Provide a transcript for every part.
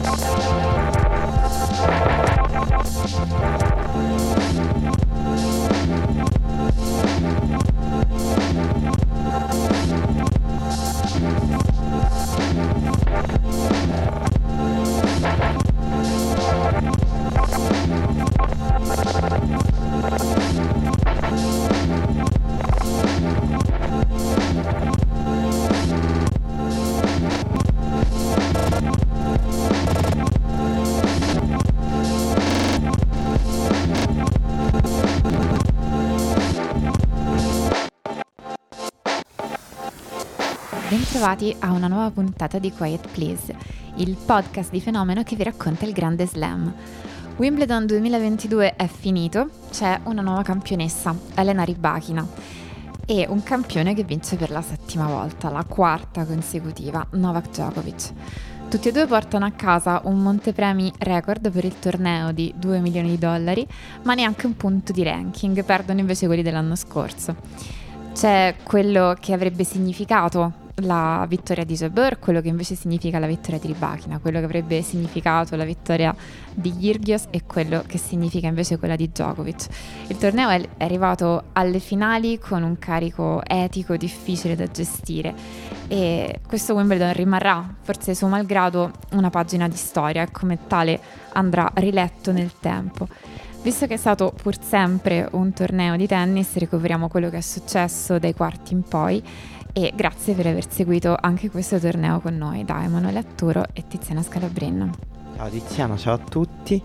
Bentrovati a una nuova puntata di Quiet Please, il podcast di Fenomeno che vi racconta il grande slam. Wimbledon 2022 è finito, c'è una nuova campionessa, Elena Rybakina, e un campione che vince per la 7ª volta, la 4ª consecutiva, Novak Djokovic. Tutti e due portano a casa un montepremi record per il torneo di $2 milioni, ma neanche un punto di ranking, perdono invece quelli dell'anno scorso. C'è quello che avrebbe significato la vittoria di Jabeur, quello che invece significa la vittoria di Rybakina, quello che avrebbe significato la vittoria di Kyrgios e quello che significa invece quella di Djokovic. Il torneo è arrivato alle finali con un carico etico difficile da gestire e questo Wimbledon rimarrà, forse suo malgrado, una pagina di storia e come tale andrà riletto nel tempo. Visto che è stato pur sempre un torneo di tennis, recuperiamo quello che è successo dai quarti in poi e grazie per aver seguito anche questo torneo con noi, da Emanuele Atturo e Tiziana Scalabrin. Ciao Tiziana, ciao a tutti.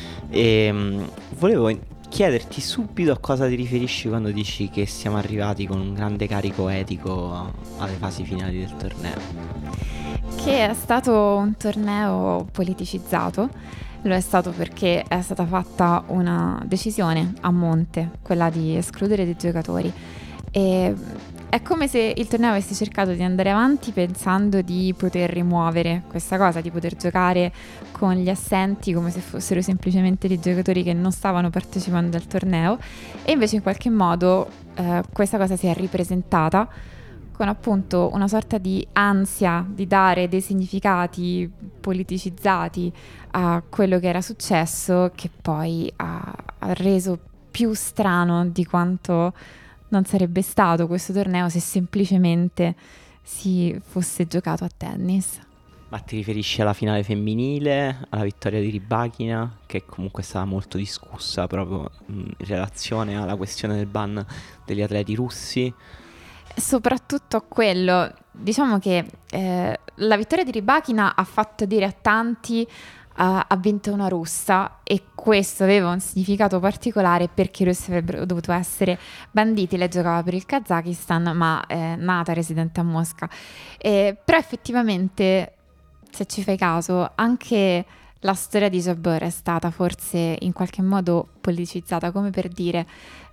Volevo chiederti subito a cosa ti riferisci quando dici che siamo arrivati con un grande carico etico alle fasi finali del torneo. Che è stato un torneo politicizzato. Lo è stato perché è stata fatta una decisione a monte, quella di escludere dei giocatori. E è come se il torneo avesse cercato di andare avanti pensando di poter rimuovere questa cosa, di poter giocare con gli assenti come se fossero semplicemente dei giocatori che non stavano partecipando al torneo, e invece in qualche modo questa cosa si è ripresentata con appunto una sorta di ansia di dare dei significati politicizzati a quello che era successo, che poi ha reso più strano di quanto non sarebbe stato questo torneo se semplicemente si fosse giocato a tennis. Ma ti riferisci alla finale femminile, alla vittoria di Rybakina, che comunque è stata molto discussa proprio in relazione alla questione del ban degli atleti russi? Soprattutto a quello, diciamo che la vittoria di Rybakina ha fatto dire a tanti ha vinto una russa, e questo aveva un significato particolare perché i russi avrebbero dovuto essere banditi. Lei giocava per il Kazakistan ma è nata residente a Mosca, però effettivamente, se ci fai caso, anche la storia di Jabeur è stata forse in qualche modo politicizzata, come per dire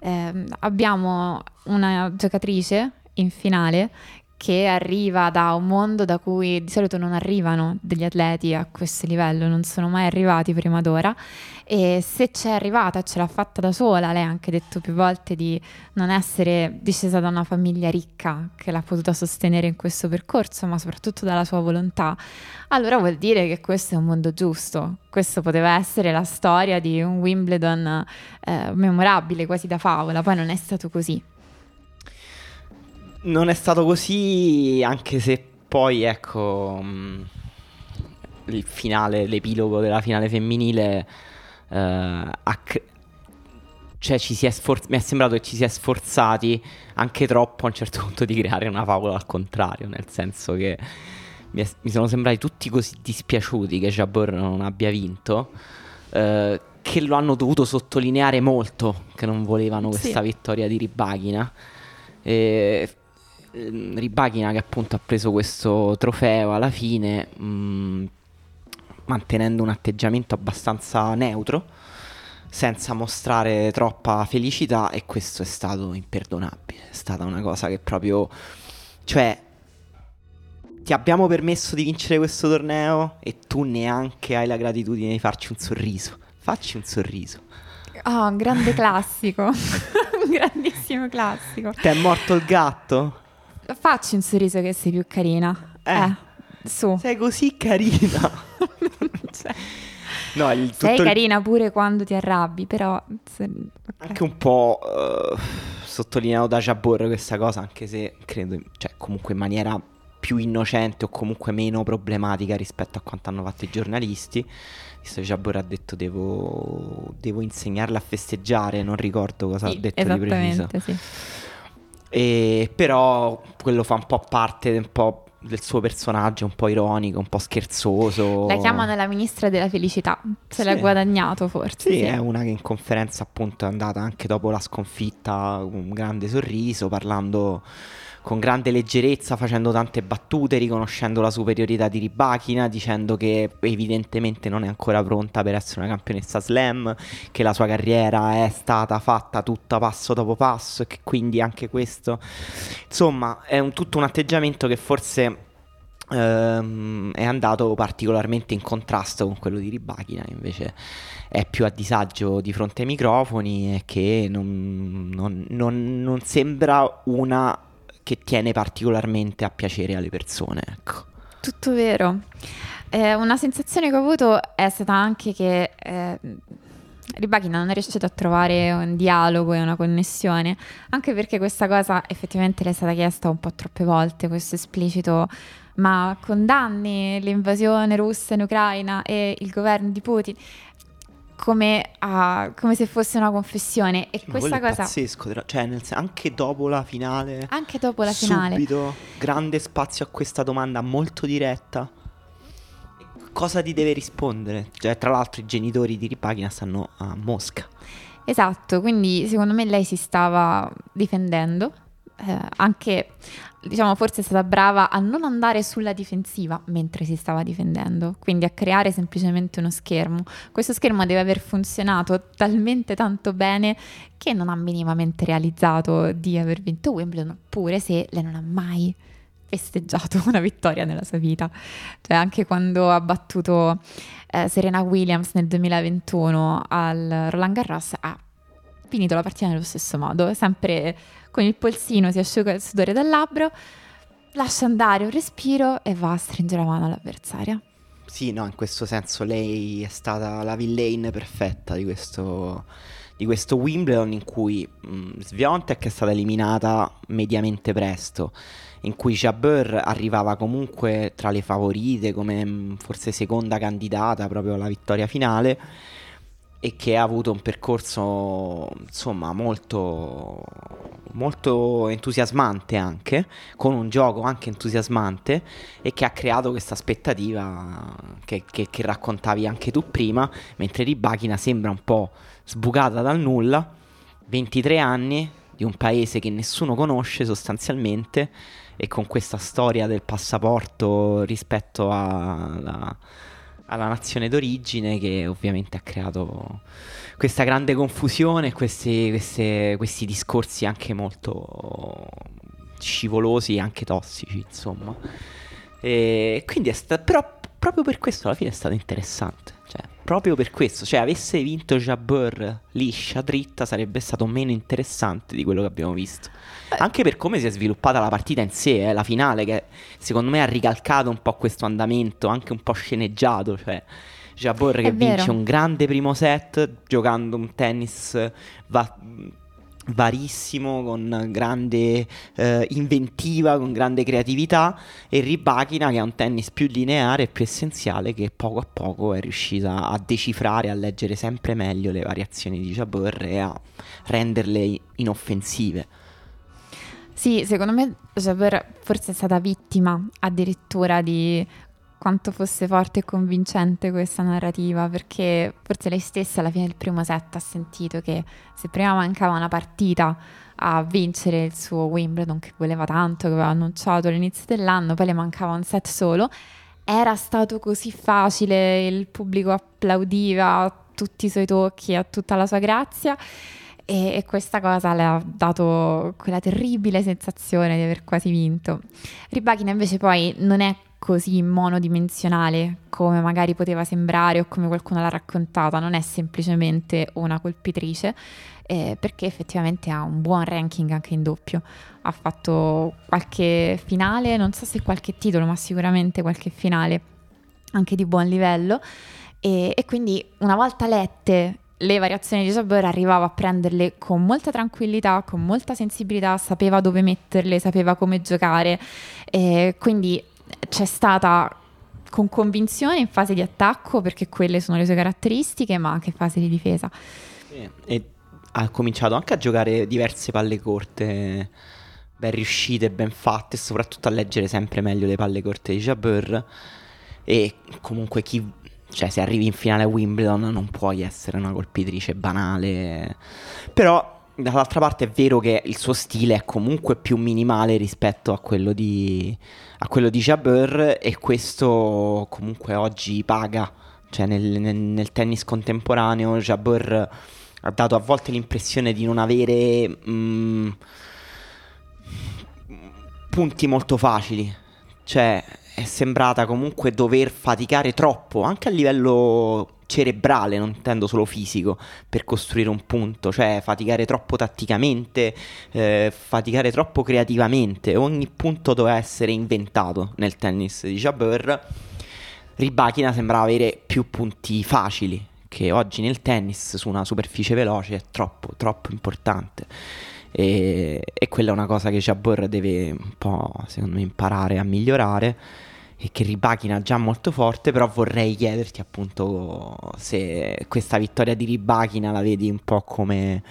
abbiamo una giocatrice in finale che arriva da un mondo da cui di solito non arrivano degli atleti a questo livello, non sono mai arrivati prima d'ora, e se c'è arrivata ce l'ha fatta da sola. Lei ha anche detto più volte di non essere discesa da una famiglia ricca che l'ha potuta sostenere in questo percorso, ma soprattutto dalla sua volontà. Allora vuol dire che questo è un mondo giusto, questo poteva essere la storia di un Wimbledon memorabile, quasi da favola. Poi non è stato così. Non è stato così, anche se poi, ecco, il finale, l'epilogo della finale femminile, cioè mi è sembrato che ci si è sforzati anche troppo a un certo punto di creare una favola al contrario, nel senso che mi sono sembrati tutti così dispiaciuti che Jabeur non abbia vinto, che lo hanno dovuto sottolineare molto, che non volevano questa vittoria di Rybakina. Rybakina che appunto ha preso questo trofeo alla fine mantenendo un atteggiamento abbastanza neutro, senza mostrare troppa felicità, e questo è stato imperdonabile. È stata una cosa che proprio, cioè, ti abbiamo permesso di vincere questo torneo e tu neanche hai la gratitudine di farci un sorriso. Facci un sorriso. Oh, un grande classico. Un grandissimo classico. Ti è morto il gatto? Facci un sorriso che sei più carina. Su. Sei così carina. Cioè, No, sei carina pure quando ti arrabbi, però anche un po' sottolineato da Jabor questa cosa, anche se credo, cioè comunque in maniera più innocente o comunque meno problematica rispetto a quanto hanno fatto i giornalisti. Visto che Jabor ha detto devo insegnarla a festeggiare, non ricordo cosa ha detto di preciso. Sì. E però quello fa un po' parte un po' del suo personaggio, un po' ironico, un po' scherzoso. La chiamano la ministra della felicità, se l'ha guadagnato forse. Sì, è una che in conferenza appunto è andata anche dopo la sconfitta con un grande sorriso, parlando con grande leggerezza, facendo tante battute, riconoscendo la superiorità di Rybakina, dicendo che evidentemente non è ancora pronta per essere una campionessa slam, che la sua carriera è stata fatta tutta passo dopo passo e che quindi anche questo, insomma, è tutto un atteggiamento che forse è andato particolarmente in contrasto con quello di Rybakina, che invece è più a disagio di fronte ai microfoni e che non sembra una che tiene particolarmente a piacere alle persone, ecco. Tutto vero. Una sensazione che ho avuto è stata anche che Rybakina non è riuscita a trovare un dialogo e una connessione, anche perché questa cosa effettivamente le è stata chiesta un po' troppe volte, questo esplicito: ma condanni l'invasione russa in Ucraina e il governo di Putin? Come se fosse una confessione. E Ma questa cosa è pazzesco, cioè anche dopo la finale, subito grande spazio a questa domanda molto diretta. Cosa ti deve rispondere? Cioè, tra l'altro i genitori di Rybakina stanno a Mosca. Esatto, quindi secondo me lei si stava difendendo, anche, diciamo, forse è stata brava a non andare sulla difensiva mentre si stava difendendo, quindi a creare semplicemente uno schermo. Questo schermo deve aver funzionato talmente tanto bene che non ha minimamente realizzato di aver vinto Wimbledon, pure se lei non ha mai festeggiato una vittoria nella sua vita. Cioè, anche quando ha battuto Serena Williams nel 2021 al Roland Garros, ha finito la partita nello stesso modo, sempre con il polsino, si asciuga il sudore dal labbro, lascia andare un respiro e va a stringere la mano all'avversaria. Sì, no, in questo senso lei è stata la villain perfetta di questo Wimbledon, in cui Swiatek è stata eliminata mediamente presto, in cui Jabeur arrivava comunque tra le favorite come forse seconda candidata proprio alla vittoria finale, e che ha avuto un percorso insomma molto, molto entusiasmante, anche con un gioco anche entusiasmante, e che ha creato questa aspettativa che raccontavi anche tu prima, mentre Rybakina sembra un po' sbucata dal nulla, 23 anni, di un paese che nessuno conosce sostanzialmente, e con questa storia del passaporto rispetto alla nazione d'origine, che ovviamente ha creato questa grande confusione, questi discorsi anche molto scivolosi e anche tossici, insomma. E quindi però proprio per questo alla fine è stato interessante. Cioè, proprio per questo, cioè, avesse vinto Jabeur liscia, dritta, sarebbe stato meno interessante di quello che abbiamo visto. Anche per come si è sviluppata la partita in sé, la finale, che secondo me ha ricalcato un po' questo andamento, anche un po' sceneggiato. Cioè, Jabeur che vince un grande primo set, giocando un tennis varissimo, con grande inventiva, con grande creatività, e Rybakina che ha un tennis più lineare e più essenziale, che poco a poco è riuscita a decifrare, a leggere sempre meglio le variazioni di Jabeur e a renderle inoffensive. Sì, secondo me Jabeur forse è stata vittima addirittura di quanto fosse forte e convincente questa narrativa, perché forse lei stessa alla fine del primo set ha sentito che se prima mancava una partita a vincere il suo Wimbledon, che voleva tanto, che aveva annunciato all'inizio dell'anno, poi le mancava un set solo, era stato così facile, il pubblico applaudiva a tutti i suoi tocchi, a tutta la sua grazia, e questa cosa le ha dato quella terribile sensazione di aver quasi vinto. Rybakina invece poi non è così monodimensionale come magari poteva sembrare o come qualcuno l'ha raccontata, non è semplicemente una colpitrice, perché effettivamente ha un buon ranking anche in doppio. Ha fatto qualche finale, non so se qualche titolo, ma sicuramente qualche finale anche di buon livello, e quindi una volta lette le variazioni di Jabeur arrivava a prenderle con molta tranquillità, con molta sensibilità, sapeva dove metterle, sapeva come giocare, quindi c'è stata con convinzione in fase di attacco, perché quelle sono le sue caratteristiche, ma anche in fase di difesa. E ha cominciato anche a giocare diverse palle corte ben riuscite, ben fatte, e soprattutto a leggere sempre meglio le palle corte di Jabeur. E comunque cioè, se arrivi in finale a Wimbledon non puoi essere una colpitrice banale. Però dall'altra parte è vero che il suo stile è comunque più minimale rispetto a quello di Jabeur, e questo comunque oggi paga. Cioè nel tennis contemporaneo Jabeur ha dato a volte l'impressione di non avere punti molto facili. Cioè è sembrata comunque dover faticare troppo, anche a livello cerebrale, non intendo solo fisico, per costruire un punto. Cioè faticare troppo tatticamente, faticare troppo creativamente. Ogni punto doveva essere inventato nel tennis di Jabeur. Rybakina sembrava avere più punti facili, che oggi nel tennis su una superficie veloce è troppo importante. E quella è una cosa che Jabeur deve un po', secondo me, imparare a migliorare, e che Rybakina è già molto forte. Però vorrei chiederti appunto se questa vittoria di Rybakina la vedi un po' come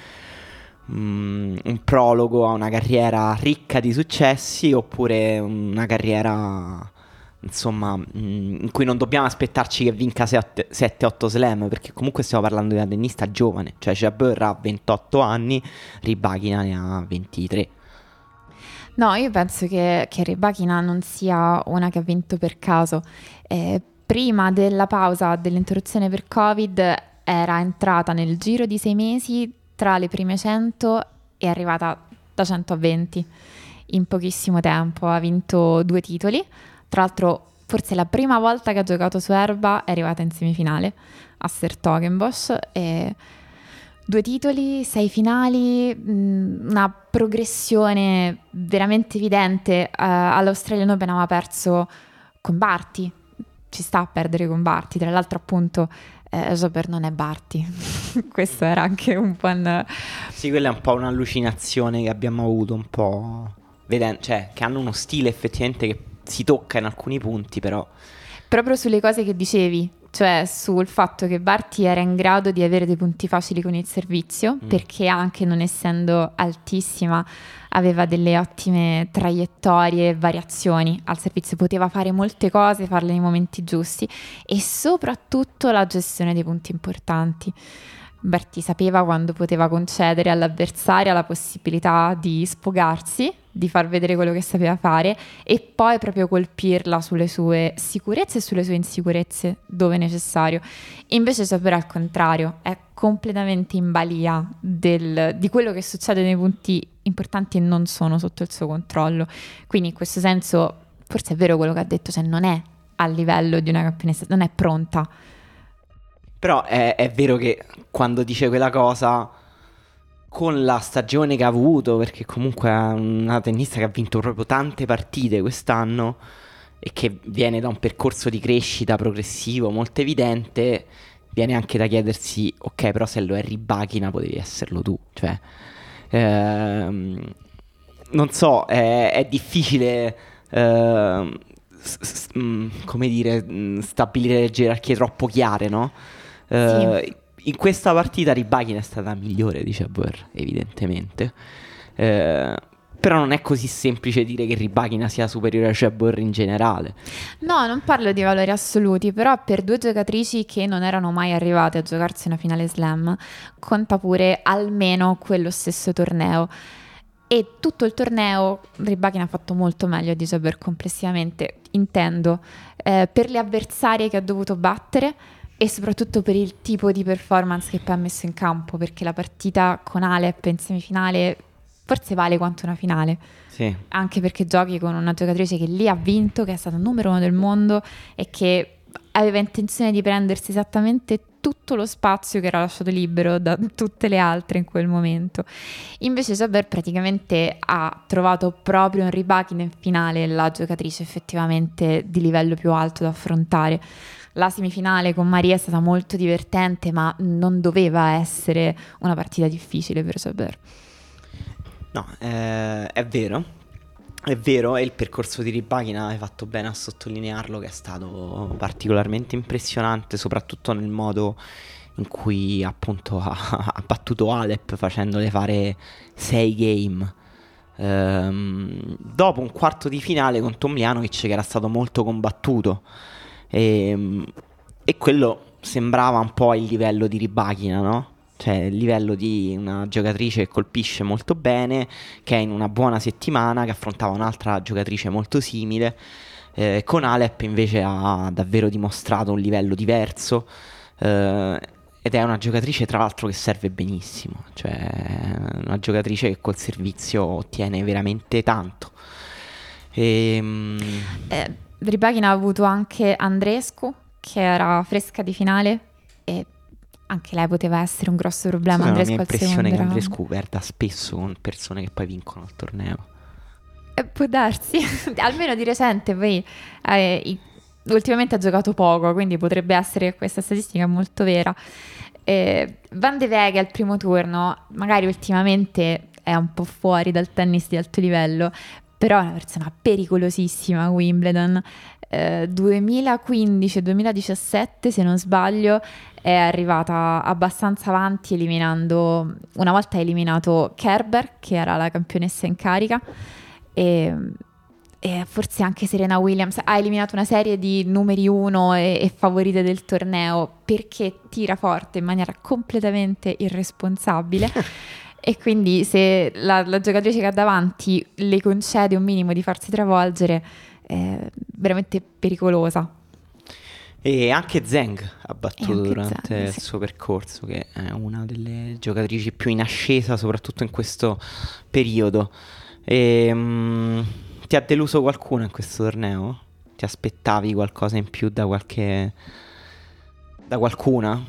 un prologo a una carriera ricca di successi, oppure una carriera, insomma, in cui non dobbiamo aspettarci che vinca 7-8 slam, perché comunque stiamo parlando di una tennista giovane. Cioè Jabeur ha 28 anni, Rybakina ne ha 23. No, io penso che Rybakina non sia una che ha vinto per caso. Prima della pausa dell'interruzione per Covid era entrata nel giro di 6 mesi tra le prime 100 e è arrivata da 100 a 20 in pochissimo tempo. Ha vinto 2 titoli. Tra l'altro, forse la prima volta che ha giocato su erba è arrivata in semifinale a 's-Hertogenbosch. 2 titoli, 6 finali, una progressione veramente evidente. All'Australian Open aveva perso con Barty. Ci sta a perdere con Barty. Tra l'altro, appunto, Jabeur non è Barty. Questo era anche un po' Sì, quella è un po' un'allucinazione che abbiamo avuto, un po' vedendo, cioè che hanno uno stile effettivamente che si tocca in alcuni punti, però proprio sulle cose che dicevi, cioè sul fatto che Barty era in grado di avere dei punti facili con il servizio, perché anche non essendo altissima aveva delle ottime traiettorie e variazioni al servizio, poteva fare molte cose, farle nei momenti giusti, e soprattutto la gestione dei punti importanti. Barty sapeva quando poteva concedere all'avversaria la possibilità di sfogarsi, di far vedere quello che sapeva fare, e poi proprio colpirla sulle sue sicurezze e sulle sue insicurezze dove necessario. Invece Jabeur al contrario, è completamente in balia di quello che succede nei punti importanti e non sono sotto il suo controllo. Quindi in questo senso forse è vero quello che ha detto, cioè non è a livello di una campionessa, non è pronta. Però è vero che quando dice quella cosa, con la stagione che ha avuto, perché comunque è una tennista che ha vinto proprio tante partite quest'anno e che viene da un percorso di crescita progressivo molto evidente, viene anche da chiedersi: ok, però se lo è Rybakina potevi esserlo tu. Cioè non so, è difficile come dire, stabilire le gerarchie troppo chiare, no? Sì. In questa partita Rybakina è stata migliore di Jabeur, evidentemente. Però non è così semplice dire che Rybakina sia superiore a Jabeur in generale. No, non parlo di valori assoluti, però per 2 giocatrici che non erano mai arrivate a giocarsi una finale slam, conta pure almeno quello stesso torneo. E tutto il torneo Rybakina ha fatto molto meglio di Jabeur complessivamente, intendo, per le avversarie che ha dovuto battere, e soprattutto per il tipo di performance che poi ha messo in campo, perché la partita con Alep in semifinale forse vale quanto una finale. Sì. Anche perché giochi con una giocatrice che lì ha vinto, che è stata numero 1 del mondo e che aveva intenzione di prendersi esattamente tutto lo spazio che era lasciato libero da tutte le altre in quel momento. Invece Jabber praticamente ha trovato proprio in Rybakina in finale la giocatrice effettivamente di livello più alto da affrontare. La semifinale con Maria è stata molto divertente, ma non doveva essere una partita difficile per Jabber. No, è vero. È vero, e il percorso di Rybakina hai fatto bene a sottolinearlo, che è stato particolarmente impressionante, soprattutto nel modo in cui appunto ha battuto Alep facendole fare 6 game. Dopo un quarto di finale con Tomljanovic che era stato molto combattuto, e quello sembrava un po' il livello di Rybakina, no? Cioè il livello di una giocatrice che colpisce molto bene, che è in una buona settimana, che affrontava un'altra giocatrice molto simile. Con Alep invece ha davvero dimostrato un livello diverso, ed è una giocatrice tra l'altro che serve benissimo, cioè una giocatrice che col servizio ottiene veramente tanto. Rybakina ha avuto anche Andreescu, che era fresca di finale, e anche lei poteva essere un grosso problema. La Andreescu mia al impressione è che secondo Andreescu perda spesso con persone che poi vincono il torneo. Può darsi, almeno di recente. Poi ultimamente ha giocato poco, quindi potrebbe essere che questa statistica è molto vera. Van de Veghe al primo turno magari ultimamente è un po' fuori dal tennis di alto livello, però è una persona pericolosissima a Wimbledon. 2015-2017 se non sbaglio è arrivata abbastanza avanti, una volta ha eliminato Kerber, che era la campionessa in carica, e forse anche Serena Williams. Ha eliminato una serie di numeri 1 e favorite del torneo, perché tira forte in maniera completamente irresponsabile. E quindi se la giocatrice che ha davanti le concede un minimo di farsi travolgere, è veramente pericolosa. E anche Zheng ha battuto durante Zheng, il sì. suo percorso, che è una delle giocatrici più in ascesa, soprattutto in questo periodo. Ti ha deluso qualcuno in questo torneo? Ti aspettavi qualcosa in più da qualcuna?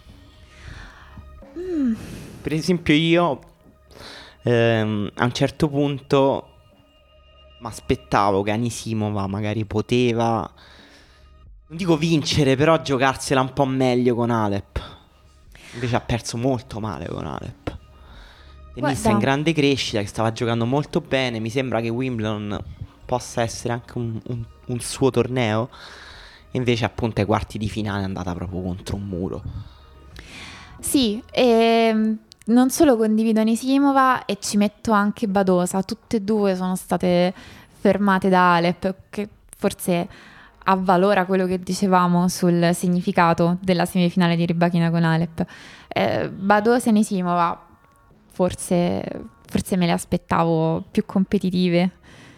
Per esempio io a un certo punto mi aspettavo che Anisimova magari poteva, non dico vincere, però giocarsela un po' meglio con Alep. Invece ha perso molto male con Alep. Tennista in grande crescita, che stava giocando molto bene. Mi sembra che Wimbledon possa essere anche un suo torneo. E invece appunto ai quarti di finale è andata proprio contro un muro. Sì, non solo condivido Anisimova, e ci metto anche Badosa. Tutte e due sono state fermate da Alep, che forse avvalora quello che dicevamo sul significato della semifinale di Rybakina con Alep. Badosa e Anisimova forse me le aspettavo più competitive.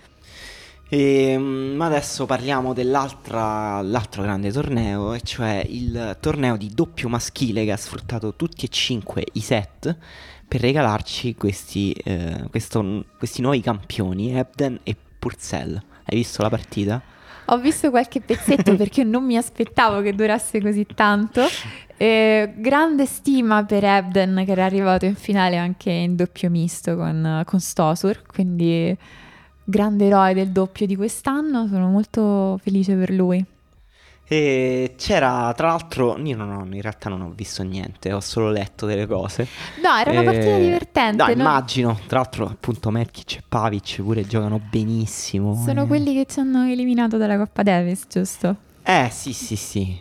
Ma adesso parliamo l'altro grande torneo, e cioè il torneo di doppio maschile, che ha sfruttato tutti e 5 i set per regalarci questi nuovi campioni, Ebden e Purcell. Hai visto la partita? Ho visto qualche pezzetto perché non mi aspettavo che durasse così tanto. Grande stima per Ebden, che era arrivato in finale anche in doppio misto con Stosur, quindi grande eroe del doppio di quest'anno. Sono molto felice per lui. E c'era, tra l'altro, io in realtà non ho visto niente, ho solo letto delle cose. No, era una partita divertente. No, immagino. Tra l'altro, appunto, Merkic e Pavic pure giocano benissimo. Sono quelli che ci hanno eliminato dalla Coppa Davis, giusto? Sì.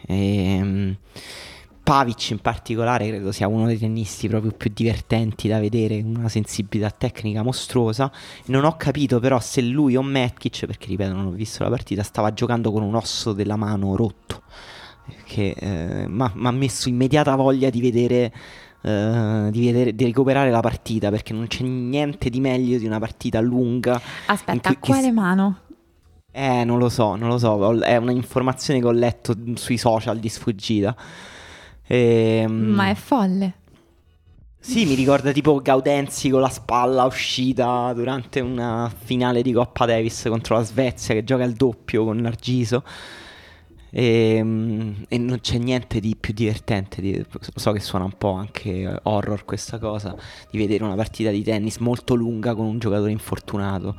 Pavic in particolare credo sia uno dei tennisti proprio più divertenti da vedere, una sensibilità tecnica mostruosa. Non ho capito però se lui o Metkic, perché ripeto non ho visto la partita, stava giocando con un osso della mano rotto, che mi ha messo immediata voglia di vedere, di recuperare la partita, perché non c'è niente di meglio di una partita lunga. Aspetta, quale mano? Non lo so, è un'informazione che ho letto sui social di sfuggita. Ma è folle. Sì, mi ricorda tipo Gaudenzi con la spalla uscita durante una finale di Coppa Davis contro la Svezia, che gioca il doppio con Narciso. e non c'è niente di più divertente, so che suona un po' anche horror questa cosa, di vedere una partita di tennis molto lunga con un giocatore infortunato.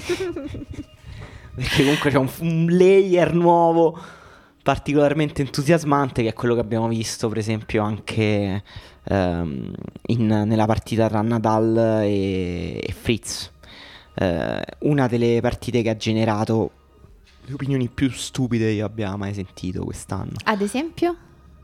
Perché comunque c'è un layer nuovo particolarmente entusiasmante, che è quello che abbiamo visto per esempio anche nella partita tra Nadal e Fritz. Una delle partite che ha generato le opinioni più stupide che io abbia mai sentito quest'anno. Ad esempio?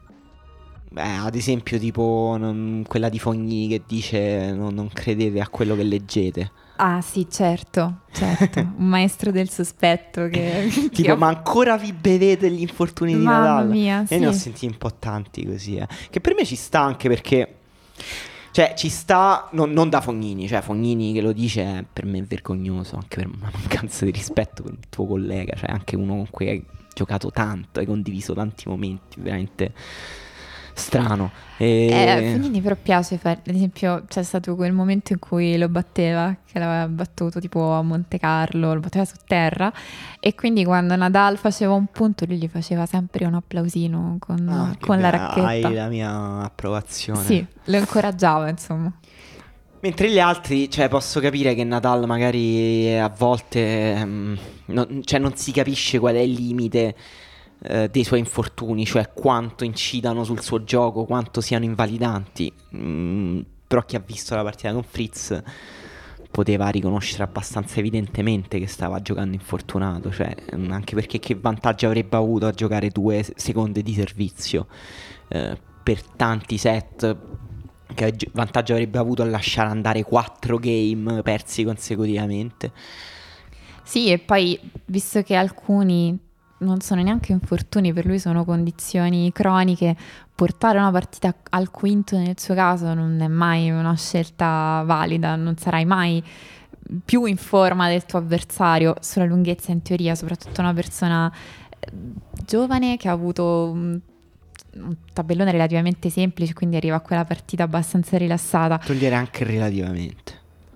Ad esempio tipo quella di Fognini che dice non credete a quello che leggete. Ah sì, certo, un maestro del sospetto che... Tipo, ma ancora vi bevete gli infortuni di Mamma Nadal? mia, Io sì. ne ho sentiti un po' tanti così, che per me ci sta anche perché... Cioè, ci sta, non da Fognini, cioè Fognini che lo dice per me è vergognoso, anche per una mancanza di rispetto per il tuo collega, cioè anche uno con cui hai giocato tanto, hai condiviso tanti momenti, veramente strano. Fognini però piace fare, ad esempio c'è stato quel momento in cui lo batteva, che l'aveva battuto tipo a Monte Carlo, lo batteva su terra, e quindi quando Nadal faceva un punto lui gli faceva sempre un applausino con la racchetta. Hai la mia approvazione. Sì, lo incoraggiava insomma. Mentre gli altri, cioè posso capire che Nadal magari a volte non si capisce qual è il limite dei suoi infortuni, cioè quanto incidano sul suo gioco, quanto siano invalidanti. Però chi ha visto la partita con Fritz poteva riconoscere abbastanza evidentemente che stava giocando infortunato, cioè anche perché che vantaggio avrebbe avuto a giocare 2 secondi di servizio per tanti set, che vantaggio avrebbe avuto a lasciare andare 4 game persi consecutivamente. Sì, e poi visto che alcuni non sono neanche infortuni, per lui sono condizioni croniche, portare una partita al quinto nel suo caso non è mai una scelta valida, non sarai mai più in forma del tuo avversario sulla lunghezza in teoria, soprattutto una persona giovane che ha avuto un tabellone relativamente semplice, quindi arriva a quella partita abbastanza rilassata. Togliere anche relativamente.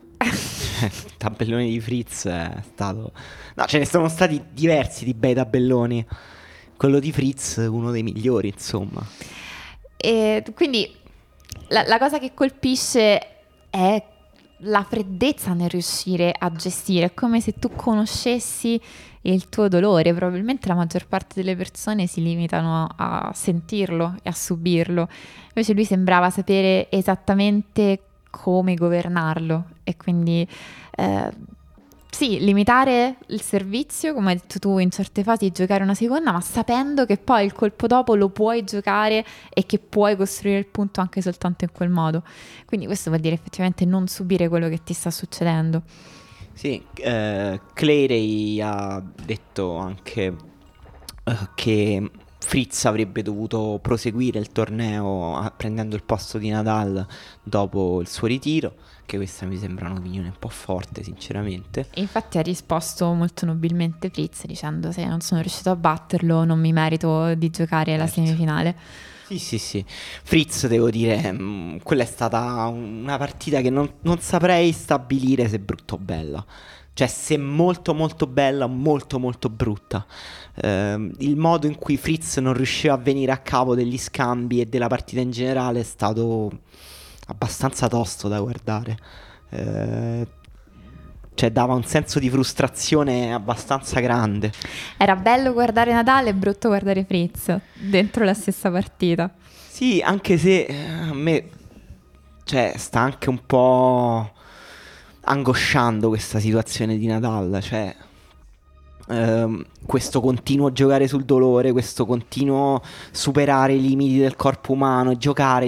Il tabellone di Fritz è stato... No, ce ne sono stati diversi di bei tabelloni. Quello di Fritz uno dei migliori, insomma. E quindi la cosa che colpisce è la freddezza nel riuscire a gestire. È come se tu conoscessi il tuo dolore. Probabilmente la maggior parte delle persone si limitano a sentirlo e a subirlo. Invece lui sembrava sapere esattamente come governarlo, e quindi sì, limitare il servizio, come hai detto tu, in certe fasi giocare una seconda, ma sapendo che poi il colpo dopo lo puoi giocare e che puoi costruire il punto anche soltanto in quel modo. Quindi questo vuol dire effettivamente non subire quello che ti sta succedendo. Sì, Clay ha detto anche che Fritz avrebbe dovuto proseguire il torneo prendendo il posto di Nadal dopo il suo ritiro, che questa mi sembra un'opinione un po' forte sinceramente. E infatti ha risposto molto nobilmente Fritz dicendo: se non sono riuscito a batterlo non mi merito di giocare la semifinale. Sì. Fritz, devo dire, quella è stata una partita che non saprei stabilire se brutta o bella. Cioè, se molto molto bella o molto molto brutta. Il modo in cui Fritz non riusciva a venire a capo degli scambi e della partita in generale è stato abbastanza tosto da guardare. Cioè, dava un senso di frustrazione abbastanza grande. Era bello guardare Nadal e brutto guardare Fritz dentro la stessa partita. Sì, anche se a me, cioè, sta anche un po' angosciando questa situazione di Nadal, cioè questo continuo giocare sul dolore, questo continuo superare i limiti del corpo umano, giocare,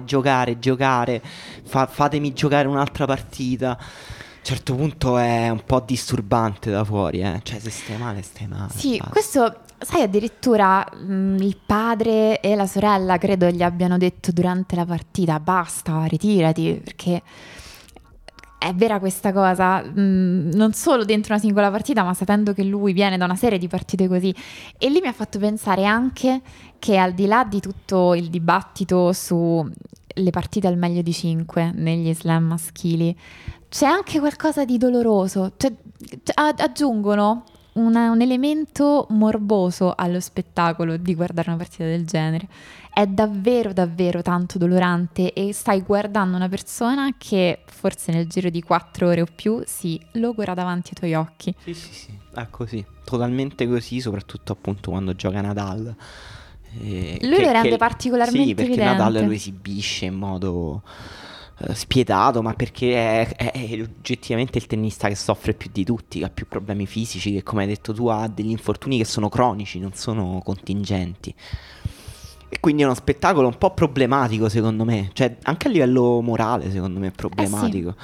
fatemi giocare un'altra partita. A un certo punto è un po' disturbante da fuori, cioè se stai male, stai male. Sì, basta. questo, sai, addirittura il padre e la sorella credo gli abbiano detto durante la partita: basta, ritirati, perché è vera questa cosa, non solo dentro una singola partita, ma sapendo che lui viene da una serie di partite così. E lì mi ha fatto pensare anche che, al di là di tutto il dibattito su le partite al meglio di 5 negli slam maschili, c'è anche qualcosa di doloroso. Cioè, aggiungono un elemento morboso allo spettacolo di guardare una partita del genere. È davvero davvero tanto dolorante e stai guardando una persona che forse nel giro di 4 ore o più si logora davanti ai tuoi occhi. Sì, è così, totalmente così, soprattutto appunto quando gioca Nadal. Lui lo rende particolarmente sì, perché evidente. Nadal lo esibisce in modo spietato, ma perché è oggettivamente il tennista che soffre più di tutti, che ha più problemi fisici, che come hai detto tu ha degli infortuni che sono cronici, non sono contingenti. E quindi è uno spettacolo un po' problematico secondo me, cioè anche a livello morale secondo me è problematico.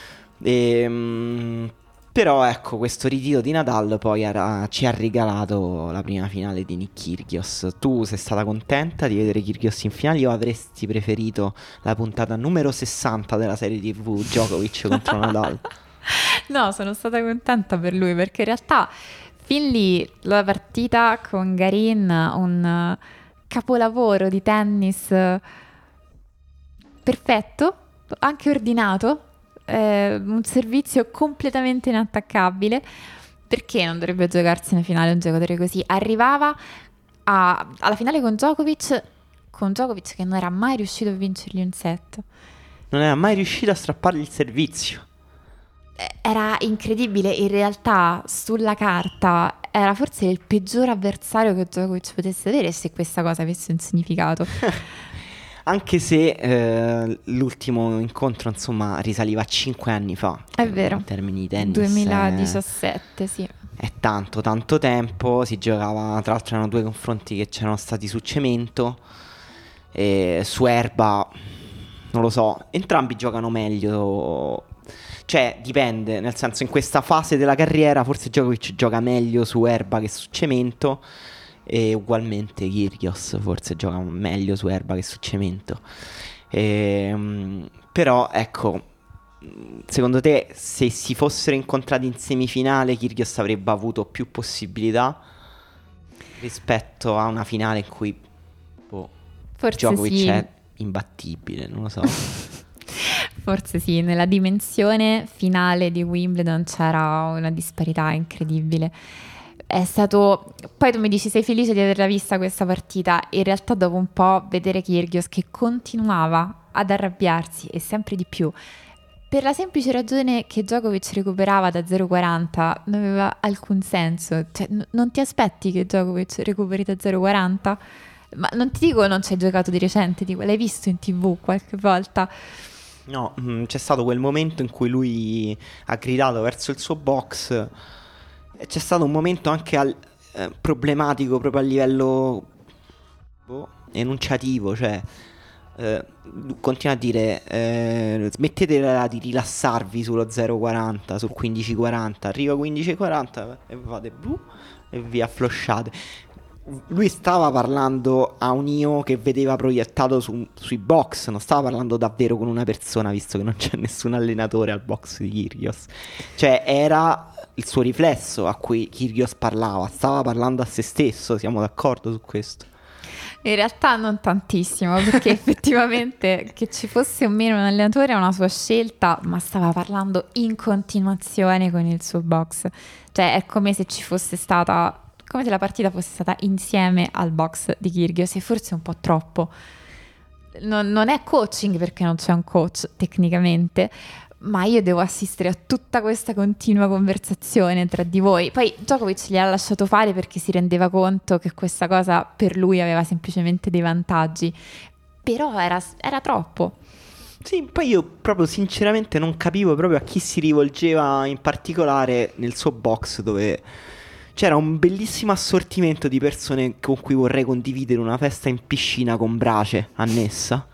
Però ecco, questo ritiro di Nadal poi ci ha regalato la prima finale di Nick Kyrgios. Tu sei stata contenta di vedere Kyrgios in finale o avresti preferito la puntata numero 60 della serie TV Djokovic contro Nadal? No, sono stata contenta per lui perché in realtà fin lì la partita con Garin, un capolavoro di tennis perfetto, anche ordinato, un servizio completamente inattaccabile. Perché non dovrebbe giocarsi una finale un giocatore così? Arrivava alla finale con Djokovic che non era mai riuscito a vincergli un set. Non era mai riuscito a strappargli il servizio. Era incredibile, in realtà sulla carta era forse il peggior avversario che Djokovic potesse avere, se questa cosa avesse un significato. Anche se l'ultimo incontro insomma risaliva a 5 anni fa. È vero. In termini di tennis 2017, sì. È tanto tempo. Si giocava, tra l'altro erano 2 confronti che c'erano stati su cemento e su erba. Non lo so, entrambi giocano meglio. Cioè dipende, nel senso in questa fase della carriera forse Djokovic gioca meglio su erba che su cemento. E ugualmente Kyrgios forse gioca meglio su erba che su cemento. Però ecco, secondo te se si fossero incontrati in semifinale Kyrgios avrebbe avuto più possibilità rispetto a una finale in cui forse Djokovic sì. è imbattibile, non lo so. Forse sì, nella dimensione finale di Wimbledon c'era una disparità incredibile. È stato... Poi tu mi dici sei felice di averla vista questa partita. In realtà dopo un po' vedere Kyrgios che continuava ad arrabbiarsi e sempre di più per la semplice ragione che Djokovic recuperava da 0,40 non aveva alcun senso. Cioè, non ti aspetti che Djokovic recuperi da 0,40? Ma non ti dico non ci hai giocato di recente, dico, l'hai visto in TV qualche volta? No, c'è stato quel momento in cui lui ha gridato verso il suo box. C'è stato un momento anche problematico proprio a livello enunciativo, cioè continua a dire smettetela di rilassarvi sullo 0,40, sul 15,40, arriva 15,40 e fate e vi afflosciate. Lui stava parlando a un io che vedeva proiettato sui box, non stava parlando davvero con una persona, visto che non c'è nessun allenatore al box di Kyrgios. Cioè era il suo riflesso a cui Kyrgios parlava, stava parlando a se stesso, siamo d'accordo su questo? In realtà non tantissimo, perché effettivamente che ci fosse o meno un allenatore è una sua scelta, ma stava parlando in continuazione con il suo box. Cioè è come se ci fosse stata... come se la partita fosse stata insieme al box di Kyrgios, e forse un po' troppo. Non è coaching perché non c'è un coach tecnicamente, ma io devo assistere a tutta questa continua conversazione tra di voi. Poi Djokovic li ha lasciato fare perché si rendeva conto che questa cosa per lui aveva semplicemente dei vantaggi, però era troppo. Sì, poi io proprio sinceramente non capivo proprio a chi si rivolgeva in particolare nel suo box, dove c'era un bellissimo assortimento di persone con cui vorrei condividere una festa in piscina con brace annessa.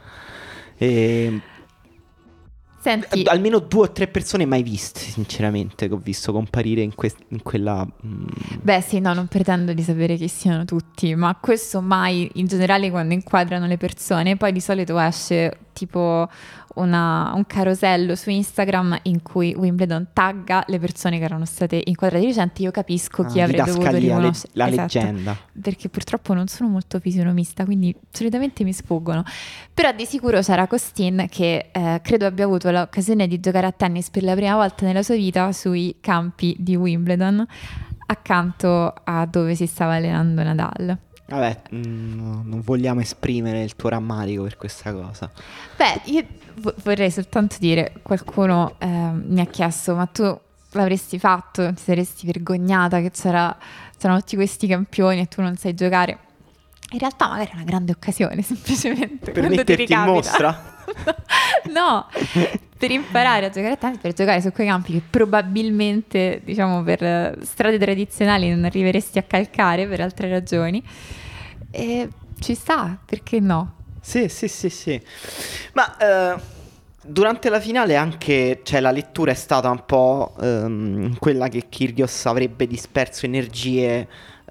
Senti, almeno 2 o 3 persone mai viste, sinceramente, che ho visto comparire in quella... Beh sì, no, non pretendo di sapere chi siano tutti, ma questo mai, in generale quando inquadrano le persone, poi di solito esce tipo un carosello su Instagram in cui Wimbledon tagga le persone che erano state inquadrate di recente. Io capisco chi avrebbe dovuto riconoscere la leggenda, perché purtroppo non sono molto fisionomista, quindi solitamente mi sfuggono. Però di sicuro c'era Costin che credo abbia avuto l'occasione di giocare a tennis per la prima volta nella sua vita sui campi di Wimbledon. accanto a dove si stava allenando Nadal. Vabbè, non vogliamo esprimere il tuo rammarico per questa cosa. Beh, io vorrei soltanto dire, qualcuno mi ha chiesto, ma tu l'avresti fatto? Ti saresti vergognata che c'erano tutti questi campioni e tu non sai giocare? In realtà magari è una grande occasione, semplicemente. Per metterti in mostra? No, per imparare a giocare a tennis, per giocare su quei campi che probabilmente, diciamo, per strade tradizionali non arriveresti a calcare per altre ragioni. E ci sta, perché no? Sì. Ma durante la finale anche, cioè, la lettura è stata un po' quella che Kyrgios avrebbe disperso energie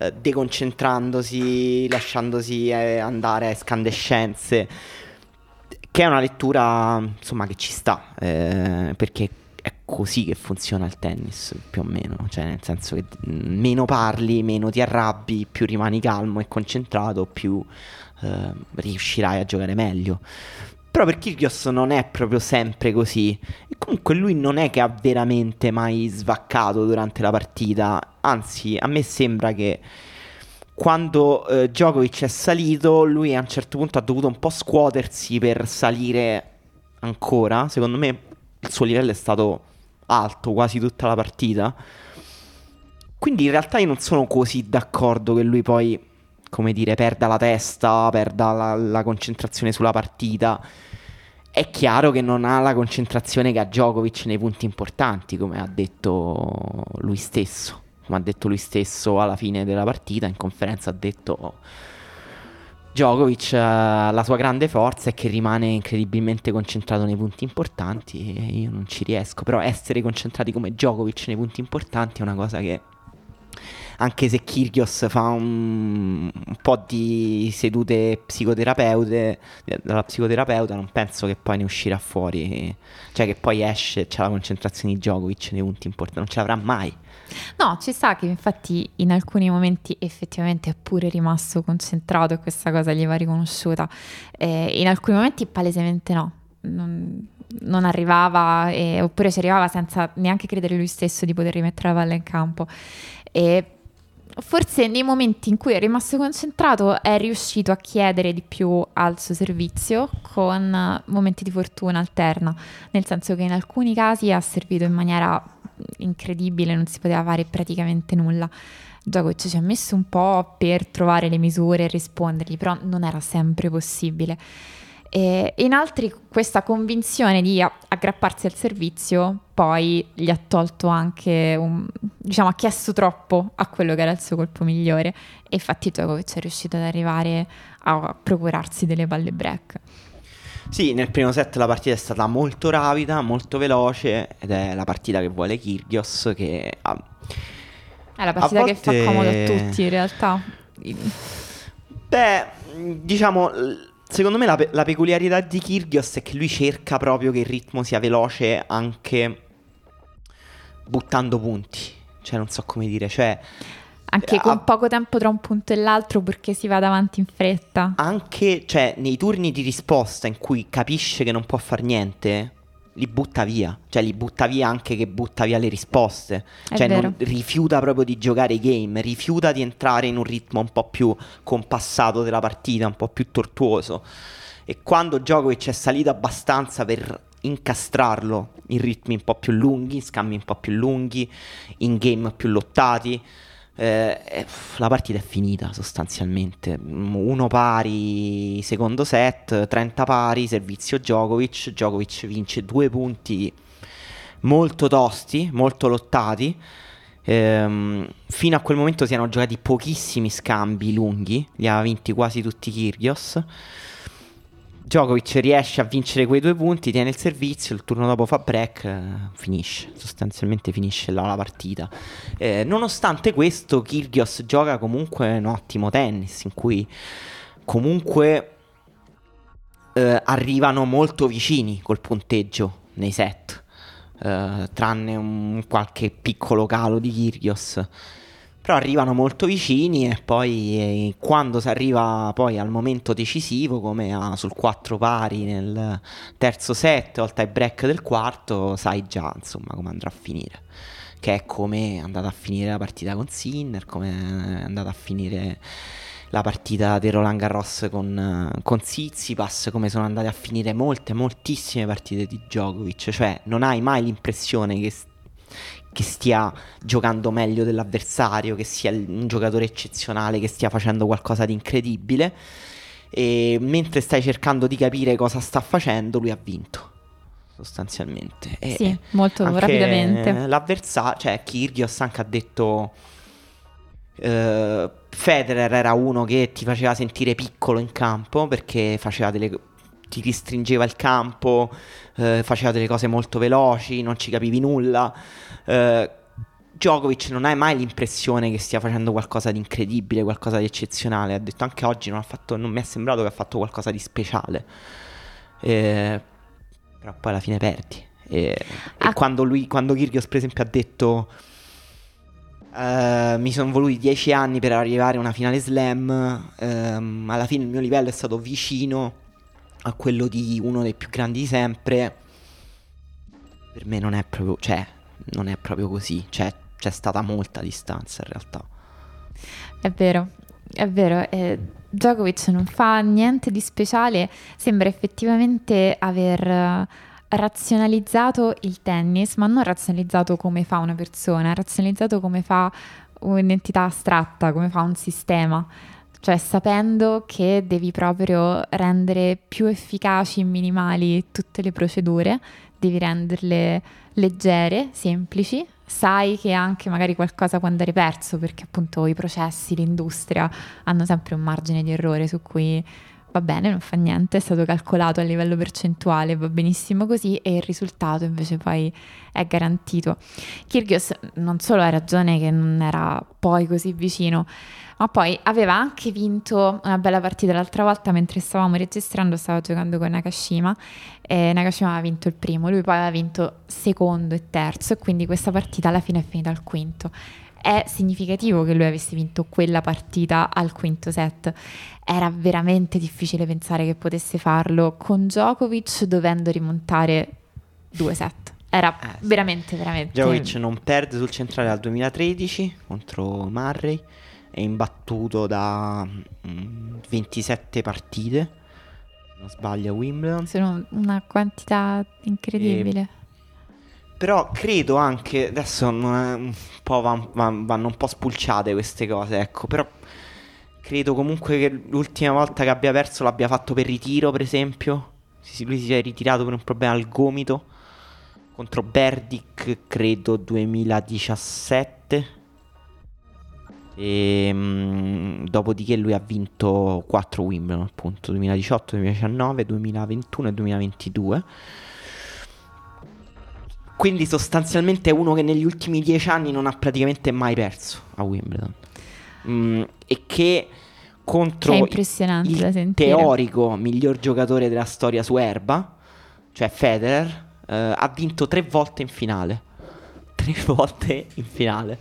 deconcentrandosi, lasciandosi andare a escandescenze, che è una lettura, insomma, che ci sta, perché è così che funziona il tennis, più o meno, cioè nel senso che meno parli, meno ti arrabbi, più rimani calmo e concentrato, più riuscirai a giocare meglio. Però per Kyrgios non è proprio sempre così, e comunque lui non è che ha veramente mai svaccato durante la partita, anzi a me sembra che quando Djokovic è salito, lui a un certo punto ha dovuto un po' scuotersi per salire ancora. Secondo me il suo livello è stato alto quasi tutta la partita. Quindi in realtà io non sono così d'accordo che lui poi, come dire, perda la testa, perda la concentrazione sulla partita. È chiaro che non ha la concentrazione che ha Djokovic nei punti importanti, come ha detto lui stesso. Come ha detto lui stesso alla fine della partita, in conferenza ha detto Djokovic, la sua grande forza è che rimane incredibilmente concentrato nei punti importanti, e io non ci riesco. Però essere concentrati come Djokovic nei punti importanti è una cosa che, anche se Kyrgios fa un po' di sedute psicoterapeute dalla psicoterapeuta, non penso che poi ne uscirà fuori, cioè che poi esce, c'è la concentrazione di Djokovic nei punti importanti, non ce l'avrà mai. No, ci sta che infatti in alcuni momenti effettivamente è pure rimasto concentrato e questa cosa gli va riconosciuta. In alcuni momenti palesemente no, non arrivava, oppure ci arrivava senza neanche credere lui stesso di poter rimettere la palla in campo. E forse nei momenti in cui è rimasto concentrato è riuscito a chiedere di più al suo servizio, con momenti di fortuna alterna, nel senso che in alcuni casi ha servito in maniera incredibile, non si poteva fare praticamente nulla. Djokovic ci ha messo un po' per trovare le misure e rispondergli, però non era sempre possibile. E in altri questa convinzione di aggrapparsi al servizio poi gli ha tolto anche diciamo, ha chiesto troppo a quello che era il suo colpo migliore, e infatti Djokovic è riuscito ad arrivare a procurarsi delle palle break. Sì, nel primo set la partita è stata molto rapida, molto veloce, ed è la partita che vuole Kyrgios, che è la partita che fa comodo a tutti in realtà. Beh, diciamo, secondo me la peculiarità di Kyrgios è che lui cerca proprio che il ritmo sia veloce anche buttando punti, cioè non so come dire, cioè anche con poco tempo tra un punto e l'altro, perché si va davanti in fretta. Anche, cioè, nei turni di risposta in cui capisce che non può far niente, li butta via. Cioè, li butta via anche che butta via le risposte. Cioè, non, rifiuta proprio di giocare i game, rifiuta di entrare in un ritmo un po' più compassato della partita, un po' più tortuoso. E quando Djokovic è salito abbastanza per incastrarlo in ritmi un po' più lunghi, scambi un po' più lunghi, in game più lottati, la partita è finita sostanzialmente. 1 pari secondo set, 30 pari servizio Djokovic vince 2 punti molto tosti, molto lottati. Fino a quel momento si erano giocati pochissimi scambi lunghi, li aveva vinti quasi tutti Kyrgios. Djokovic riesce a vincere quei 2 punti, tiene il servizio, il turno dopo fa break, sostanzialmente finisce là la partita. Nonostante questo, Kyrgios gioca comunque un ottimo tennis, in cui comunque arrivano molto vicini col punteggio nei set, tranne un qualche piccolo calo di Kyrgios. Però arrivano molto vicini, e poi quando si arriva poi al momento decisivo, come sul 4 pari nel terzo set o al tie break del quarto, sai già insomma come andrà a finire. che è come è andata a finire la partita con Sinner, come è andata a finire la partita di Roland Garros con Tsitsipas, come sono andate a finire moltissime partite di Djokovic. Cioè non hai mai l'impressione che stia giocando meglio dell'avversario, che sia un giocatore eccezionale, che stia facendo qualcosa di incredibile, e mentre stai cercando di capire cosa sta facendo, lui ha vinto sostanzialmente. Sì, molto rapidamente. L'avversario, cioè Kyrgios anche ha detto Federer era uno che ti faceva sentire piccolo in campo perché ti restringeva il campo, faceva delle cose molto veloci, non ci capivi nulla. Djokovic non hai mai l'impressione che stia facendo qualcosa di incredibile, qualcosa di eccezionale. Ha detto anche oggi non mi è sembrato che ha fatto qualcosa di speciale. Però poi alla fine perdi. E quando Kyrgios per esempio ha detto mi sono voluti 10 anni per arrivare a una finale slam, alla fine il mio livello è stato vicino a quello di uno dei più grandi di sempre. Per me non è proprio così. Cioè c'è stata molta distanza in realtà. È vero. Djokovic non fa niente di speciale, sembra effettivamente aver razionalizzato il tennis, ma non razionalizzato come fa una persona, razionalizzato come fa un'entità astratta, come fa un sistema. Cioè sapendo che devi proprio rendere più efficaci e minimali tutte le procedure, devi renderle leggere, semplici, sai che anche magari qualcosa può andare perso perché appunto i processi, l'industria hanno sempre un margine di errore su cui va bene, non fa niente, è stato calcolato a livello percentuale, va benissimo così e il risultato invece poi è garantito. Kyrgios non solo ha ragione che non era poi così vicino, ma poi aveva anche vinto una bella partita l'altra volta mentre stavamo registrando, stavo giocando con Nakashima e Nakashima aveva vinto il primo, lui poi aveva vinto secondo e terzo e quindi questa partita alla fine è finita al quinto. È significativo che lui avesse vinto quella partita al quinto set. Era veramente difficile pensare che potesse farlo con Djokovic dovendo rimontare 2 set. Era veramente Djokovic non perde sul centrale dal 2013 contro Murray, è imbattuto da 27 partite, se non sbaglio, a Wimbledon. Sono una quantità incredibile. Però credo anche, adesso un po' vanno un po' spulciate queste cose, ecco, però credo comunque che l'ultima volta che abbia perso l'abbia fatto per ritiro, per esempio. Lui si è ritirato per un problema al gomito contro Berdic, credo 2017. E dopodiché lui ha vinto 4 Wimbledon, appunto, 2018, 2019, 2021 e 2022. Quindi sostanzialmente è uno che negli ultimi 10 anni non ha praticamente mai perso a Wimbledon. E che contro il teorico miglior giocatore della storia su erba, cioè Federer, ha vinto 3 volte in finale. 3 volte in finale.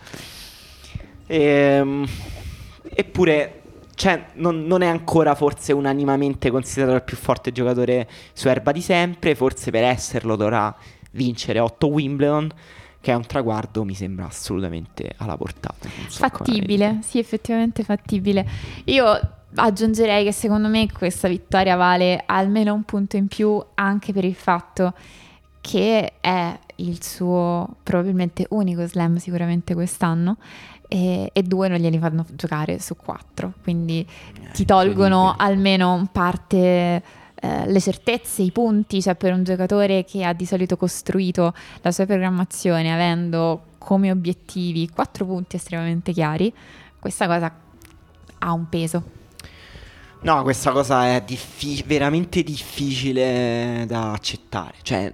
Eppure cioè, non è ancora forse unanimamente considerato il più forte giocatore su erba di sempre. Forse per esserlo dovrà vincere 8 Wimbledon, che è un traguardo, mi sembra assolutamente alla portata. Fattibile, sì, effettivamente fattibile. Io aggiungerei che secondo me questa vittoria vale almeno un punto in più anche per il fatto che è il suo probabilmente unico slam sicuramente quest'anno e 2 non glieli fanno giocare su 4, quindi ti tolgono almeno in parte le certezze, i punti. Cioè per un giocatore che ha di solito costruito la sua programmazione avendo come obiettivi 4 punti estremamente chiari, questa cosa ha un peso. No, questa cosa è veramente difficile da accettare. Cioè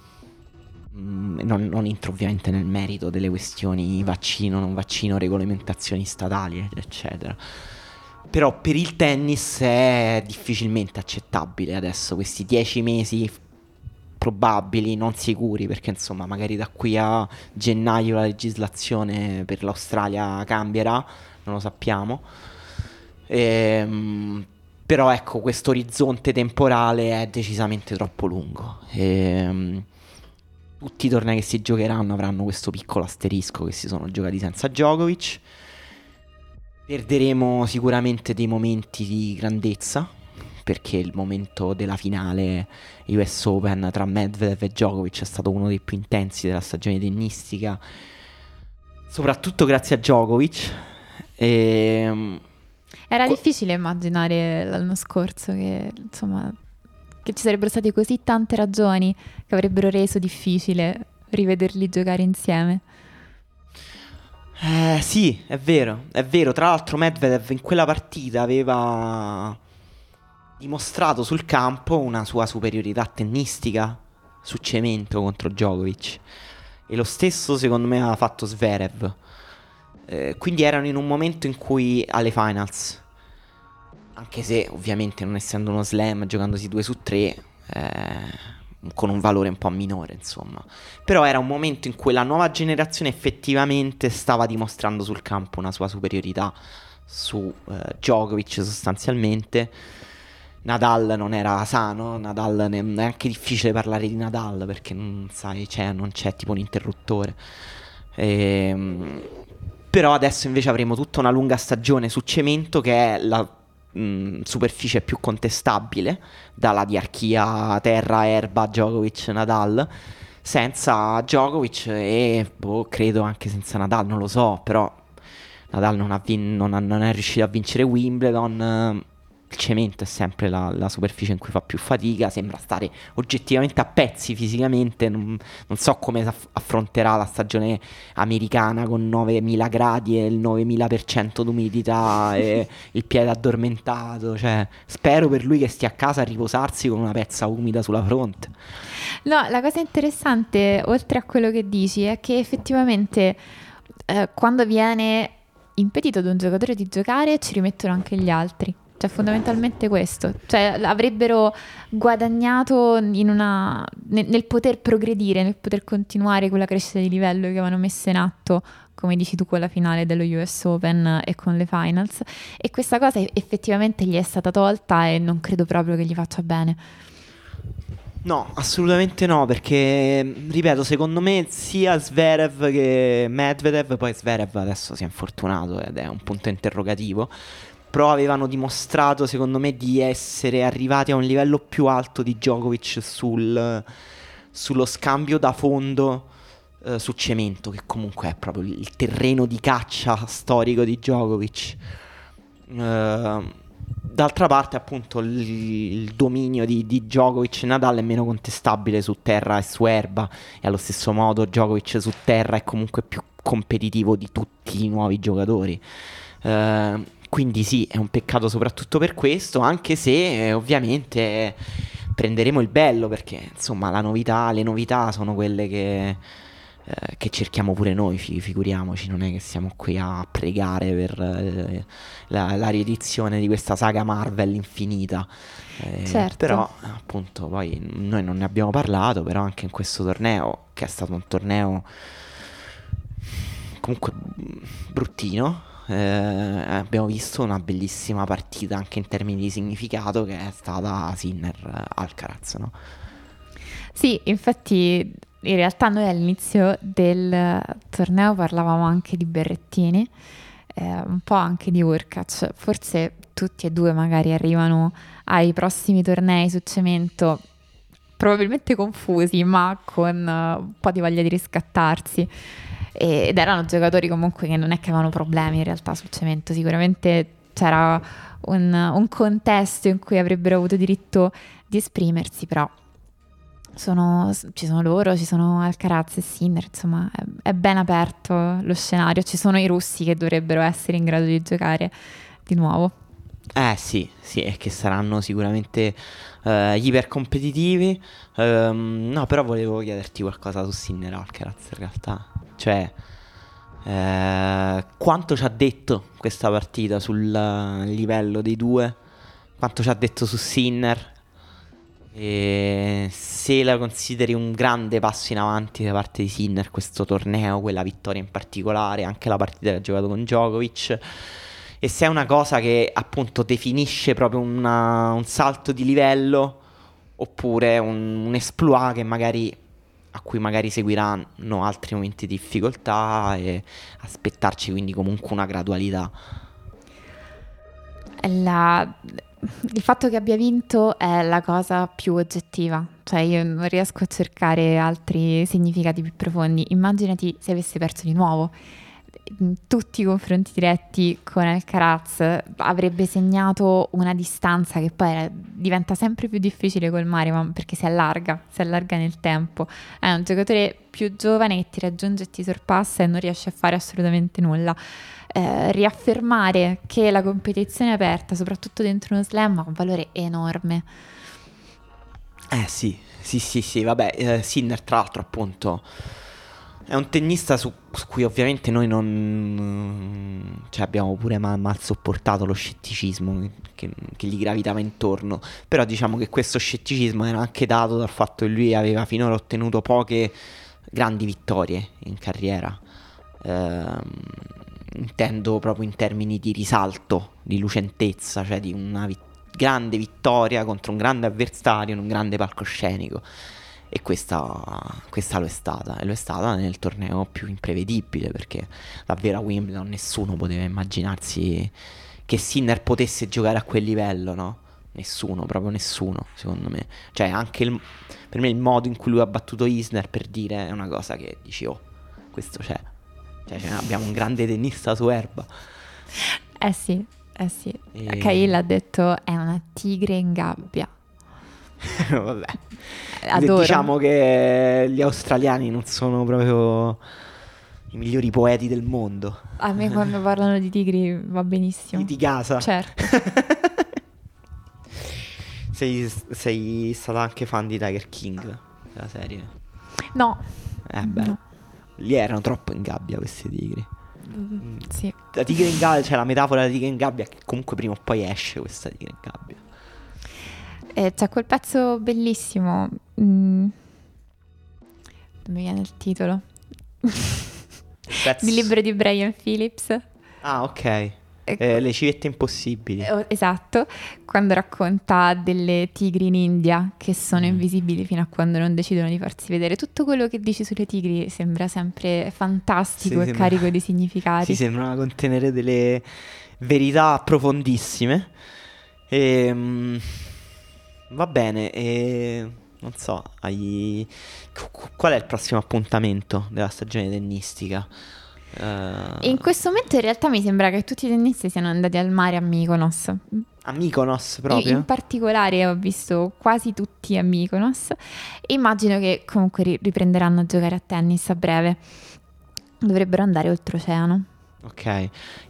non entro ovviamente nel merito delle questioni vaccino, non vaccino, regolamentazioni statali, eccetera. Però per il tennis è difficilmente accettabile adesso questi 10 mesi probabili, non sicuri, perché insomma magari da qui a gennaio la legislazione per l'Australia cambierà, non lo sappiamo. Però ecco, questo orizzonte temporale è decisamente troppo lungo. tutti i tornei che si giocheranno avranno questo piccolo asterisco che si sono giocati senza Djokovic. Perderemo sicuramente dei momenti di grandezza, perché il momento della finale US Open tra Medvedev e Djokovic è stato uno dei più intensi della stagione tennistica, soprattutto grazie a Djokovic. Era difficile immaginare l'anno scorso che, insomma, che ci sarebbero state così tante ragioni che avrebbero reso difficile rivederli giocare insieme. Sì, è vero, è vero. Tra l'altro Medvedev in quella partita aveva dimostrato sul campo una sua superiorità tennistica su cemento contro Djokovic. E lo stesso secondo me aveva fatto Zverev. Quindi erano in un momento in cui alle finals, anche se ovviamente non essendo uno slam, giocandosi 2 su 3, con un valore un po' minore, insomma. Però era un momento in cui la nuova generazione effettivamente stava dimostrando sul campo una sua superiorità su Djokovic sostanzialmente. Nadal non era sano, Nadal è anche difficile parlare di Nadal perché non sai, non c'è tipo un interruttore. Però adesso invece avremo tutta una lunga stagione su cemento che è la superficie più contestabile dalla diarchia terra-erba Djokovic-Nadal, senza Djokovic e credo anche senza Nadal, non lo so, però Nadal non è riuscito a vincere Wimbledon. Il cemento è sempre la superficie in cui fa più fatica, sembra stare oggettivamente a pezzi fisicamente, non so come affronterà la stagione americana con 9000 gradi e il 9000% d'umidità e il piede addormentato, cioè spero per lui che stia a casa a riposarsi con una pezza umida sulla fronte. No, la cosa interessante, oltre a quello che dici, è che effettivamente quando viene impedito ad un giocatore di giocare ci rimettono anche gli altri. Cioè fondamentalmente questo, cioè avrebbero guadagnato nel poter progredire, nel poter continuare quella crescita di livello che avevano messo in atto, come dici tu, con la finale dello US Open e con le finals, e questa cosa effettivamente gli è stata tolta e non credo proprio che gli faccia bene. No, assolutamente no, perché, ripeto, secondo me sia Zverev che Medvedev, poi Zverev adesso si è infortunato ed è un punto interrogativo, però avevano dimostrato secondo me di essere arrivati a un livello più alto di Djokovic sullo scambio da fondo su cemento, che comunque è proprio il terreno di caccia storico di Djokovic. D'altra parte appunto il dominio di Djokovic e Nadal è meno contestabile su terra e su erba, e allo stesso modo Djokovic su terra è comunque più competitivo di tutti i nuovi giocatori. Quindi sì, è un peccato soprattutto per questo, anche se ovviamente prenderemo il bello, perché insomma le novità sono quelle che cerchiamo pure noi, figuriamoci, non è che siamo qui a pregare per la riedizione di questa saga Marvel infinita. Certo. Però appunto poi noi non ne abbiamo parlato, però anche in questo torneo, che è stato un torneo comunque bruttino, abbiamo visto una bellissima partita anche in termini di significato, che è stata Sinner-Alcaraz, no? Sì, infatti in realtà noi all'inizio del torneo parlavamo anche di Berrettini, un po' anche di Hurkacz. Forse tutti e due magari arrivano ai prossimi tornei su cemento probabilmente confusi, ma con un po' di voglia di riscattarsi. Ed erano giocatori comunque che non è che avevano problemi in realtà sul cemento. Sicuramente c'era un contesto in cui avrebbero avuto diritto di esprimersi, però ci sono loro, ci sono Alcaraz e Sinner, insomma è ben aperto lo scenario. Ci sono i russi che dovrebbero essere in grado di giocare di nuovo. Sì, è che saranno sicuramente ipercompetitivi. No, però volevo chiederti qualcosa su Sinner Alcaraz in realtà. Cioè, quanto ci ha detto questa partita sul livello dei due? Quanto ci ha detto su Sinner? E se la consideri un grande passo in avanti da parte di Sinner questo torneo, quella vittoria in particolare, anche la partita che ha giocato con Djokovic, e se è una cosa che appunto definisce proprio un salto di livello, oppure un exploit che magari a cui magari seguiranno altri momenti di difficoltà e aspettarci quindi comunque una gradualità. Il fatto che abbia vinto è la cosa più oggettiva, cioè io non riesco a cercare altri significati più profondi. Immaginati se avesse perso di nuovo. In tutti i confronti diretti con Alcaraz avrebbe segnato una distanza che poi diventa sempre più difficile colmare, ma perché si allarga nel tempo. È un giocatore più giovane che ti raggiunge e ti sorpassa e non riesce a fare assolutamente nulla. Riaffermare che la competizione è aperta, soprattutto dentro uno slam, ha un valore enorme. Sì, vabbè, Sinner tra l'altro appunto è un tennista su cui ovviamente noi non... cioè abbiamo pure mal sopportato lo scetticismo che gli gravitava intorno, però diciamo che questo scetticismo era anche dato dal fatto che lui aveva finora ottenuto poche grandi vittorie in carriera. Intendo proprio in termini di risalto, di lucentezza, cioè di una grande vittoria contro un grande avversario in un grande palcoscenico. E questa lo è stata, e lo è stata nel torneo più imprevedibile, perché davvero a Wimbledon nessuno poteva immaginarsi che Sinner potesse giocare a quel livello, no? Nessuno, proprio nessuno, secondo me. Cioè anche per me il modo in cui lui ha battuto Isner, per dire, è una cosa che dici, oh, questo c'è. Cioè abbiamo un grande tennista su erba. Sì. Cahill ha detto è una tigre in gabbia. Vabbè. Adoro. Diciamo che gli australiani non sono proprio i migliori poeti del mondo. A me quando parlano di tigri va benissimo. Di casa. Certo. Sei stata anche fan di Tiger King, della serie? No. No. Lì erano troppo in gabbia questi tigri. Sì. La tigre in gabbia, cioè la metafora della tigre in gabbia è che comunque prima o poi esce questa tigre in gabbia. C'è quel pezzo bellissimo. Non mi viene il titolo. Il libro di Brian Phillips. Ah, ok. Le civette impossibili. Esatto, quando racconta delle tigri in India che sono invisibili fino a quando non decidono di farsi vedere. Tutto quello che dici sulle tigri sembra sempre fantastico e carico di significati. Sì, sembra contenere delle verità profondissime. Va bene, non so, qual è il prossimo appuntamento della stagione tennistica? In questo momento in realtà mi sembra che tutti i tennisti siano andati al mare a Mykonos. A Mykonos proprio? In particolare ho visto quasi tutti a Mykonos. Immagino che comunque riprenderanno a giocare a tennis a breve. Dovrebbero andare oltreoceano. Ok,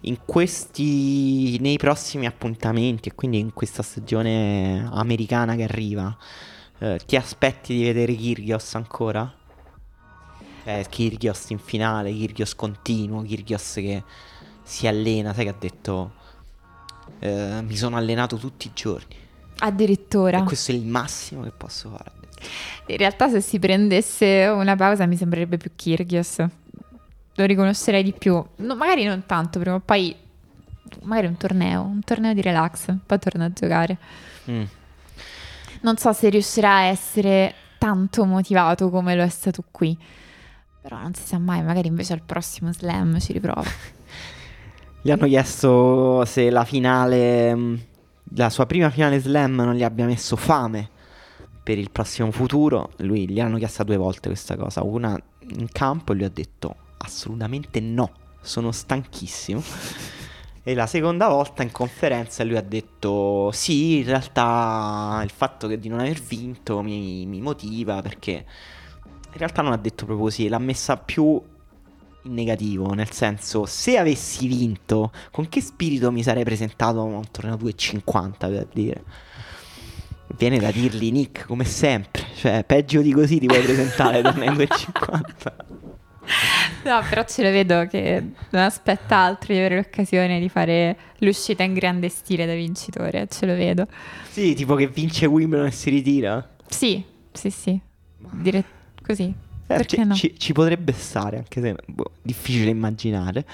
nei prossimi appuntamenti e quindi in questa stagione americana che arriva, ti aspetti di vedere Kyrgios ancora? Kyrgios in finale, Kyrgios continuo, Kyrgios che si allena, sai che ha detto mi sono allenato tutti i giorni. Addirittura. E questo è il massimo che posso fare. In realtà se si prendesse una pausa mi sembrerebbe più Kyrgios. Lo riconoscerei di più. No, magari non tanto, prima o poi magari un torneo di relax, poi torna a giocare. Non so se riuscirà a essere tanto motivato come lo è stato qui. Però non si sa mai, magari invece al prossimo slam ci riprova. Gli hanno chiesto se la sua prima finale slam non gli abbia messo fame per il prossimo futuro. Gli hanno chiesto 2 volte questa cosa, una in campo e lui ha detto assolutamente no, sono stanchissimo. E la seconda volta in conferenza lui ha detto sì, in realtà il fatto di non aver vinto mi motiva, perché in realtà non ha detto proprio così, l'ha messa più in negativo, nel senso, se avessi vinto, con che spirito mi sarei presentato a un torneo 2,50, per dire. Viene da dirgli, Nick, come sempre, cioè peggio di così ti puoi presentare a torneo 2,50. No, però ce lo vedo che non aspetta altro di avere l'occasione di fare l'uscita in grande stile da vincitore, ce lo vedo. Sì, tipo che vince Wimbledon e si ritira? Sì. Dire così. Perché no? Ci potrebbe stare, anche se difficile immaginare.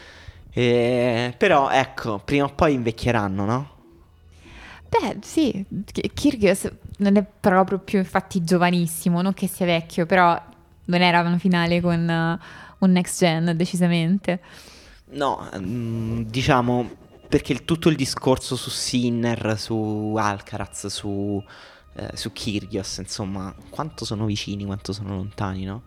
Però ecco, prima o poi invecchieranno, no? Beh, sì, Kyrgios non è proprio più infatti giovanissimo, non che sia vecchio, però non era una finale con un next gen, decisamente. No, diciamo, perché tutto il discorso su Sinner, su Alcaraz, su Kyrgios, insomma, quanto sono vicini, quanto sono lontani, no?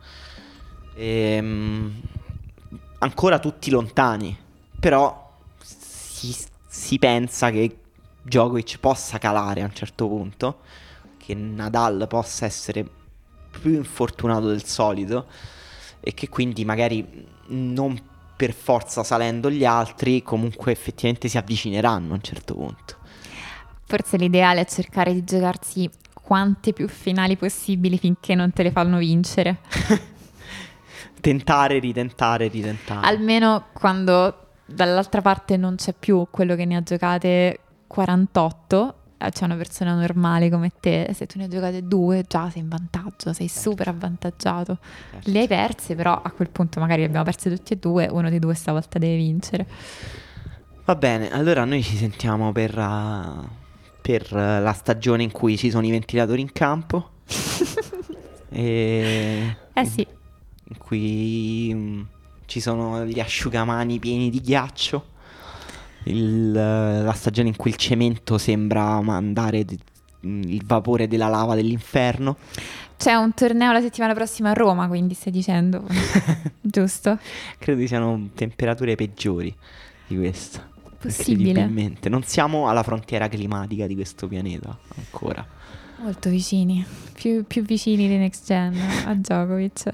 Ancora tutti lontani, però si pensa che Djokovic possa calare a un certo punto, che Nadal possa essere più infortunato del solito e che quindi magari non per forza salendo gli altri comunque effettivamente si avvicineranno a un certo punto. Forse l'ideale è cercare di giocarsi quante più finali possibili finché non te le fanno vincere. Tentare, ritentare. Almeno quando dall'altra parte non c'è più quello che ne ha giocate 48, c'è una persona normale come te, se tu ne hai giocate 2 già sei in vantaggio, sei super avvantaggiato. Le hai perse, però a quel punto magari le abbiamo perse tutti e due, uno dei due stavolta deve vincere. Va bene, allora noi ci sentiamo per la stagione in cui ci sono i ventilatori in campo. Sì. In cui ci sono gli asciugamani pieni di ghiaccio. La stagione in cui il cemento sembra mandare il vapore della lava dell'inferno. C'è un torneo la settimana prossima a Roma, quindi stai dicendo, giusto? Credo che siano temperature peggiori di questa. Possibile. Incredibilmente. Non siamo alla frontiera climatica di questo pianeta ancora. Molto vicini, più vicini di Next Gen a Djokovic.